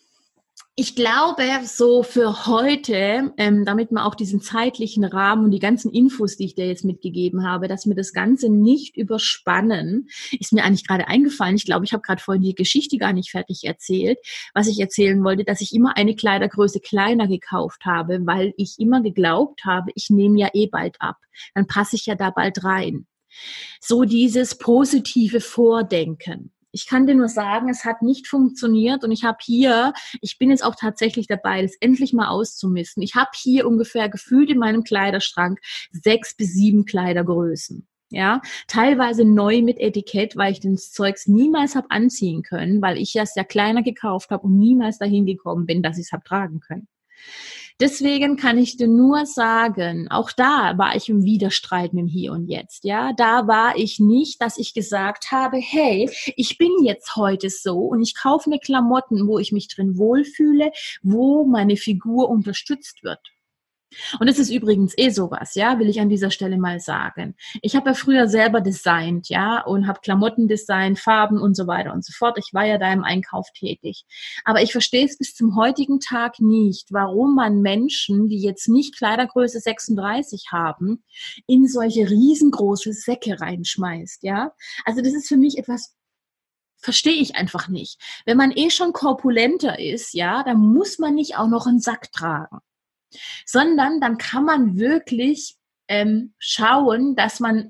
Ich glaube, so für heute, damit wir auch diesen zeitlichen Rahmen und die ganzen Infos, die ich dir jetzt mitgegeben habe, dass wir das Ganze nicht überspannen, ist mir eigentlich gerade eingefallen. Ich glaube, ich habe gerade vorhin die Geschichte gar nicht fertig erzählt, was ich erzählen wollte, dass ich immer eine Kleidergröße kleiner gekauft habe, weil ich immer geglaubt habe, ich nehme ja eh bald ab. Dann passe ich ja da bald rein. So dieses positive Vordenken. Ich kann dir nur sagen, es hat nicht funktioniert und ich bin jetzt auch tatsächlich dabei, das endlich mal auszumisten. Ich habe hier ungefähr gefühlt in meinem Kleiderschrank 6 bis 7 Kleidergrößen. Ja, teilweise neu mit Etikett, weil ich das Zeugs niemals habe anziehen können, weil ich es ja kleiner gekauft habe und niemals dahin gekommen bin, dass ich es habe tragen können. Deswegen kann ich dir nur sagen, auch da war ich im Widerstreit mit dem Hier und Jetzt, ja. Da war ich nicht, dass ich gesagt habe, hey, ich bin jetzt heute so und ich kaufe mir Klamotten, wo ich mich drin wohlfühle, wo meine Figur unterstützt wird. Und das ist übrigens sowas, ja, will ich an dieser Stelle mal sagen. Ich habe ja früher selber designt, ja, und habe Klamotten designt, Farben und so weiter und so fort. Ich war ja da im Einkauf tätig. Aber ich verstehe es bis zum heutigen Tag nicht, warum man Menschen, die jetzt nicht Kleidergröße 36 haben, in solche riesengroße Säcke reinschmeißt, ja. Also das ist für mich etwas, verstehe ich einfach nicht. Wenn man schon korpulenter ist, ja, dann muss man nicht auch noch einen Sack tragen. Sondern dann kann man wirklich schauen, dass man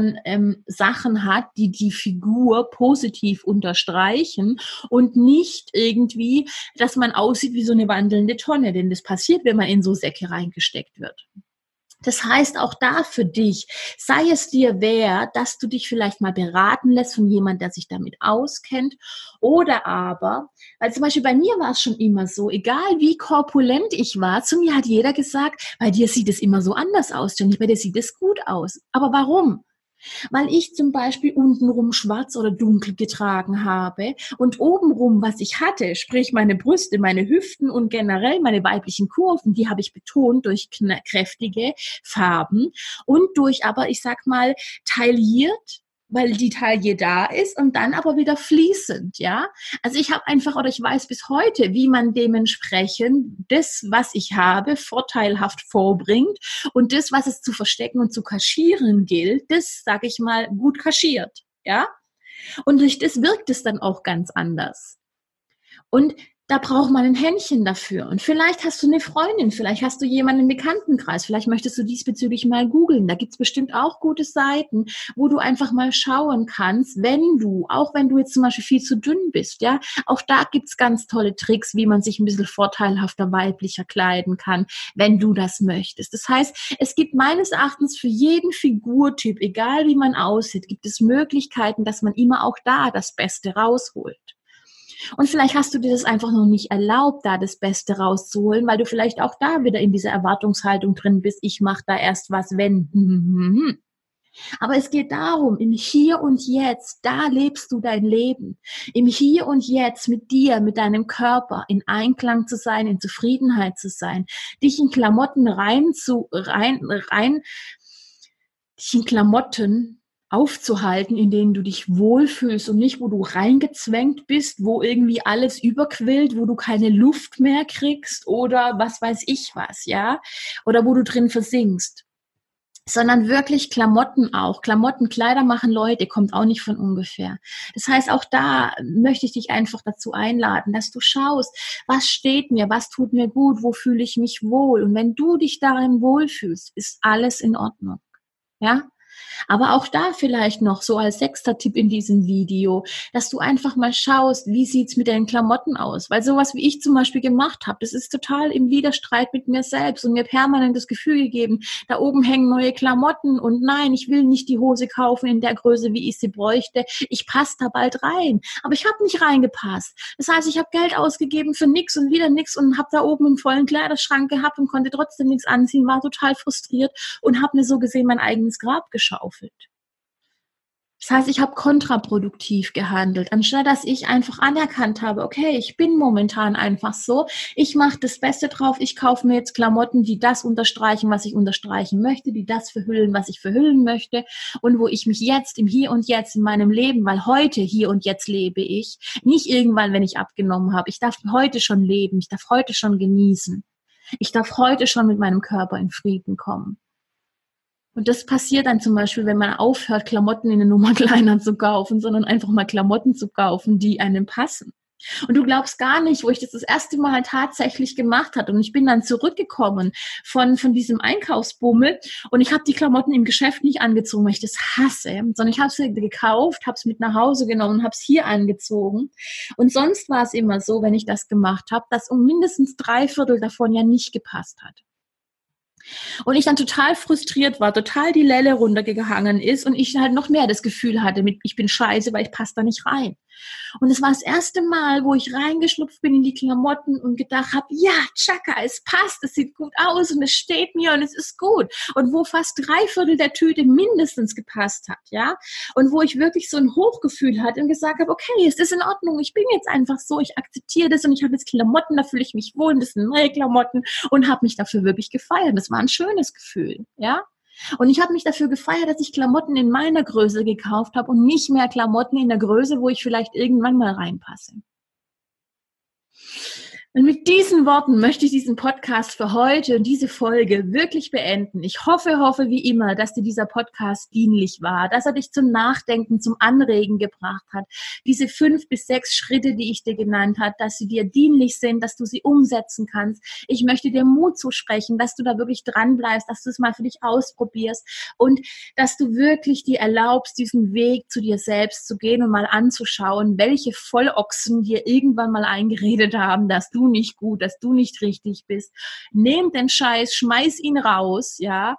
Sachen hat, die die Figur positiv unterstreichen und nicht irgendwie, dass man aussieht wie so eine wandelnde Tonne, denn das passiert, wenn man in so Säcke reingesteckt wird. Das heißt, auch da für dich, sei es dir wert, dass du dich vielleicht mal beraten lässt von jemandem, der sich damit auskennt. Oder aber, weil zum Beispiel bei mir war es schon immer so, egal wie korpulent ich war, zu mir hat jeder gesagt, bei dir sieht es immer so anders aus, Jenny, bei dir sieht es gut aus. Aber warum? Weil ich zum Beispiel untenrum schwarz oder dunkel getragen habe und obenrum, was ich hatte, sprich meine Brüste, meine Hüften und generell meine weiblichen Kurven, die habe ich betont durch kräftige Farben und durch aber, ich sag mal, tailliert, weil die Taille da ist und dann aber wieder fließend, ja. Also ich habe einfach, oder ich weiß bis heute, wie man dementsprechend das, was ich habe, vorteilhaft vorbringt und das, was es zu verstecken und zu kaschieren gilt, das, sage ich mal, gut kaschiert, ja. Und durch das wirkt es dann auch ganz anders. Und da braucht man ein Händchen dafür. Und vielleicht hast du eine Freundin, vielleicht hast du jemanden im Bekanntenkreis, vielleicht möchtest du diesbezüglich mal googeln. Da gibt's bestimmt auch gute Seiten, wo du einfach mal schauen kannst, auch wenn du jetzt zum Beispiel viel zu dünn bist, ja, auch da gibt's ganz tolle Tricks, wie man sich ein bisschen vorteilhafter, weiblicher kleiden kann, wenn du das möchtest. Das heißt, es gibt meines Erachtens für jeden Figurtyp, egal wie man aussieht, gibt es Möglichkeiten, dass man immer auch da das Beste rausholt. Und vielleicht hast du dir das einfach noch nicht erlaubt, da das Beste rauszuholen, weil du vielleicht auch da wieder in dieser Erwartungshaltung drin bist, ich mache da erst was, wenn. Aber es geht darum, im Hier und Jetzt, da lebst du dein Leben. Im Hier und Jetzt mit dir, mit deinem Körper in Einklang zu sein, in Zufriedenheit zu sein, dich in Klamotten dich in Klamotten aufzuhalten, in denen du dich wohlfühlst und nicht, wo du reingezwängt bist, wo irgendwie alles überquillt, wo du keine Luft mehr kriegst oder was weiß ich was, ja, oder wo du drin versinkst. Sondern wirklich Klamotten auch. Klamotten, Kleider machen Leute, kommt auch nicht von ungefähr. Das heißt, auch da möchte ich dich einfach dazu einladen, dass du schaust, was steht mir, was tut mir gut, wo fühle ich mich wohl. Und wenn du dich darin wohlfühlst, ist alles in Ordnung. Ja? Aber auch da vielleicht noch so als 6. Tipp in diesem Video, dass du einfach mal schaust, wie sieht's mit deinen Klamotten aus? Weil sowas, wie ich zum Beispiel gemacht habe, das ist total im Widerstreit mit mir selbst und mir permanent das Gefühl gegeben, da oben hängen neue Klamotten und nein, ich will nicht die Hose kaufen in der Größe, wie ich sie bräuchte. Ich passe da bald rein. Aber ich habe nicht reingepasst. Das heißt, ich habe Geld ausgegeben für nix und wieder nix und habe da oben einen vollen Kleiderschrank gehabt und konnte trotzdem nichts anziehen, war total frustriert und habe mir so gesehen mein eigenes Grab geschaufelt. Das heißt, ich habe kontraproduktiv gehandelt, anstatt dass ich einfach anerkannt habe, okay, ich bin momentan einfach so, ich mache das Beste drauf, ich kaufe mir jetzt Klamotten, die das unterstreichen, was ich unterstreichen möchte, die das verhüllen, was ich verhüllen möchte und wo ich mich jetzt im Hier und Jetzt in meinem Leben, weil heute hier und jetzt lebe ich, nicht irgendwann, wenn ich abgenommen habe, ich darf heute schon leben, ich darf heute schon genießen, ich darf heute schon mit meinem Körper in Frieden kommen. Und das passiert dann zum Beispiel, wenn man aufhört, Klamotten in eine Nummer kleiner zu kaufen, sondern einfach mal Klamotten zu kaufen, die einem passen. Und du glaubst gar nicht, wo ich das erste Mal tatsächlich gemacht habe. Und ich bin dann zurückgekommen von diesem Einkaufsbummel und ich habe die Klamotten im Geschäft nicht angezogen, weil ich das hasse, sondern ich habe sie gekauft, habe es mit nach Hause genommen, habe es hier angezogen. Und sonst war es immer so, wenn ich das gemacht habe, dass um mindestens 3/4 davon ja nicht gepasst hat. Und ich dann total frustriert war, total die Lelle runtergehangen ist und ich halt noch mehr das Gefühl hatte, ich bin scheiße, weil ich passe da nicht rein. Und es war das erste Mal, wo ich reingeschlupft bin in die Klamotten und gedacht habe, ja, Chaka, es passt, es sieht gut aus und es steht mir und es ist gut. Und wo fast 3/4 der Tüte mindestens gepasst hat, ja. Und wo ich wirklich so ein Hochgefühl hatte und gesagt habe, okay, es ist in Ordnung, ich bin jetzt einfach so, ich akzeptiere das und ich habe jetzt Klamotten, da fühle ich mich wohl, das sind neue Klamotten und habe mich dafür wirklich gefeiert. Das war ein schönes Gefühl, ja. Und ich habe mich dafür gefeiert, dass ich Klamotten in meiner Größe gekauft habe und nicht mehr Klamotten in der Größe, wo ich vielleicht irgendwann mal reinpasse. Und mit diesen Worten möchte ich diesen Podcast für heute und diese Folge wirklich beenden. Ich hoffe wie immer, dass dir dieser Podcast dienlich war, dass er dich zum Nachdenken, zum Anregen gebracht hat. Diese 5 bis 6 Schritte, die ich dir genannt habe, dass sie dir dienlich sind, dass du sie umsetzen kannst. Ich möchte dir Mut zusprechen, dass du da wirklich dran bleibst, dass du es mal für dich ausprobierst und dass du wirklich dir erlaubst, diesen Weg zu dir selbst zu gehen und mal anzuschauen, welche Vollochsen dir irgendwann mal eingeredet haben, dass du nicht gut, dass du nicht richtig bist. Nimm den Scheiß, schmeiß ihn raus, ja,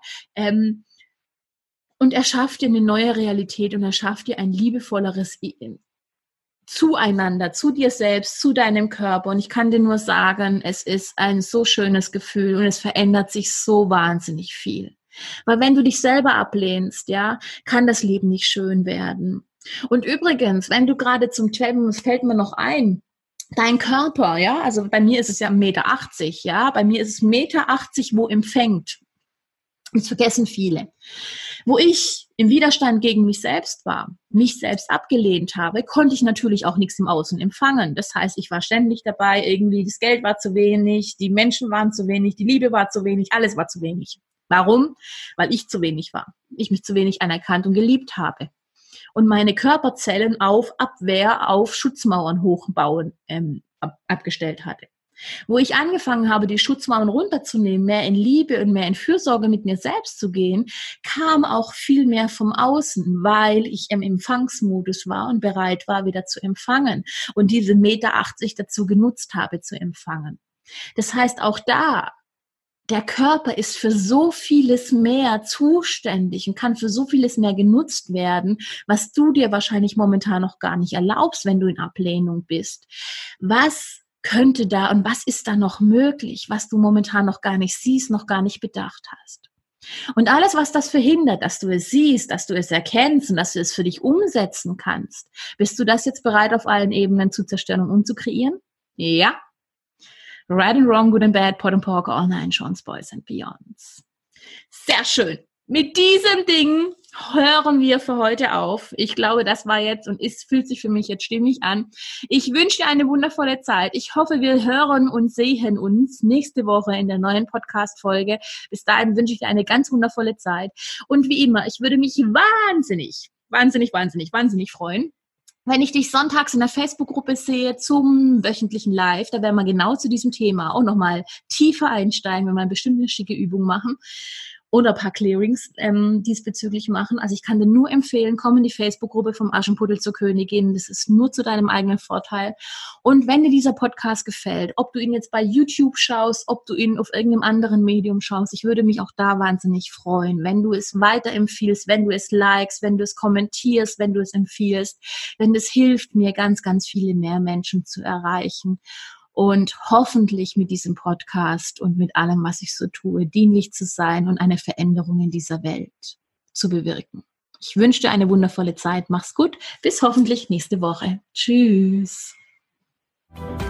und erschaff dir eine neue Realität und erschaff dir ein liebevolleres Zueinander, zu dir selbst, zu deinem Körper. Und ich kann dir nur sagen, es ist ein so schönes Gefühl und es verändert sich so wahnsinnig viel. Weil wenn du dich selber ablehnst, ja, kann das Leben nicht schön werden. Und übrigens, wenn du gerade zum Thema, es fällt mir noch ein, dein Körper, ja, also bei mir ist es ja 1,80 Meter, ja, bei mir ist es 1,80 Meter, wo empfängt. Das vergessen viele. Wo ich im Widerstand gegen mich selbst war, mich selbst abgelehnt habe, konnte ich natürlich auch nichts im Außen empfangen. Das heißt, ich war ständig dabei, irgendwie das Geld war zu wenig, die Menschen waren zu wenig, die Liebe war zu wenig, alles war zu wenig. Warum? Weil ich zu wenig war. Ich mich zu wenig anerkannt und geliebt habe. Und meine Körperzellen auf Abwehr, auf Schutzmauern hochbauen abgestellt hatte. Wo ich angefangen habe, die Schutzmauern runterzunehmen, mehr in Liebe und mehr in Fürsorge mit mir selbst zu gehen, kam auch viel mehr vom Außen, weil ich im Empfangsmodus war und bereit war, wieder zu empfangen und diese 1,80 Meter dazu genutzt habe, zu empfangen. Das heißt, auch da, der Körper ist für so vieles mehr zuständig und kann für so vieles mehr genutzt werden, was du dir wahrscheinlich momentan noch gar nicht erlaubst, wenn du in Ablehnung bist. Was könnte da und was ist da noch möglich, was du momentan noch gar nicht siehst, noch gar nicht bedacht hast? Und alles, was das verhindert, dass du es siehst, dass du es erkennst und dass du es für dich umsetzen kannst, bist du das jetzt bereit, auf allen Ebenen zu zerstören und umzukreieren? Ja. Right and Wrong, Good and Bad, Pot and Pork, All Nine, Sean's Boys and Beyonds. Sehr schön. Mit diesem Ding hören wir für heute auf. Ich glaube, das war jetzt und es fühlt sich für mich jetzt stimmig an. Ich wünsche dir eine wundervolle Zeit. Ich hoffe, wir hören und sehen uns nächste Woche in der neuen Podcast-Folge. Bis dahin wünsche ich dir eine ganz wundervolle Zeit. Und wie immer, ich würde mich wahnsinnig freuen, wenn ich dich sonntags in der Facebook-Gruppe sehe zum wöchentlichen Live. Da werden wir genau zu diesem Thema auch nochmal tiefer einsteigen, wenn wir eine bestimmte schicke Übung machen oder ein paar Clearings diesbezüglich machen. Also ich kann dir nur empfehlen, komm in die Facebook-Gruppe vom Aschenputtel zur Königin. Das ist nur zu deinem eigenen Vorteil. Und wenn dir dieser Podcast gefällt, ob du ihn jetzt bei YouTube schaust, ob du ihn auf irgendeinem anderen Medium schaust, ich würde mich auch da wahnsinnig freuen, wenn du es weiterempfiehlst, wenn du es likest, wenn du es kommentierst, wenn du es empfiehlst. Denn das hilft mir, ganz, ganz viele mehr Menschen zu erreichen. Und hoffentlich mit diesem Podcast und mit allem, was ich so tue, dienlich zu sein und eine Veränderung in dieser Welt zu bewirken. Ich wünsche dir eine wundervolle Zeit. Mach's gut. Bis hoffentlich nächste Woche. Tschüss.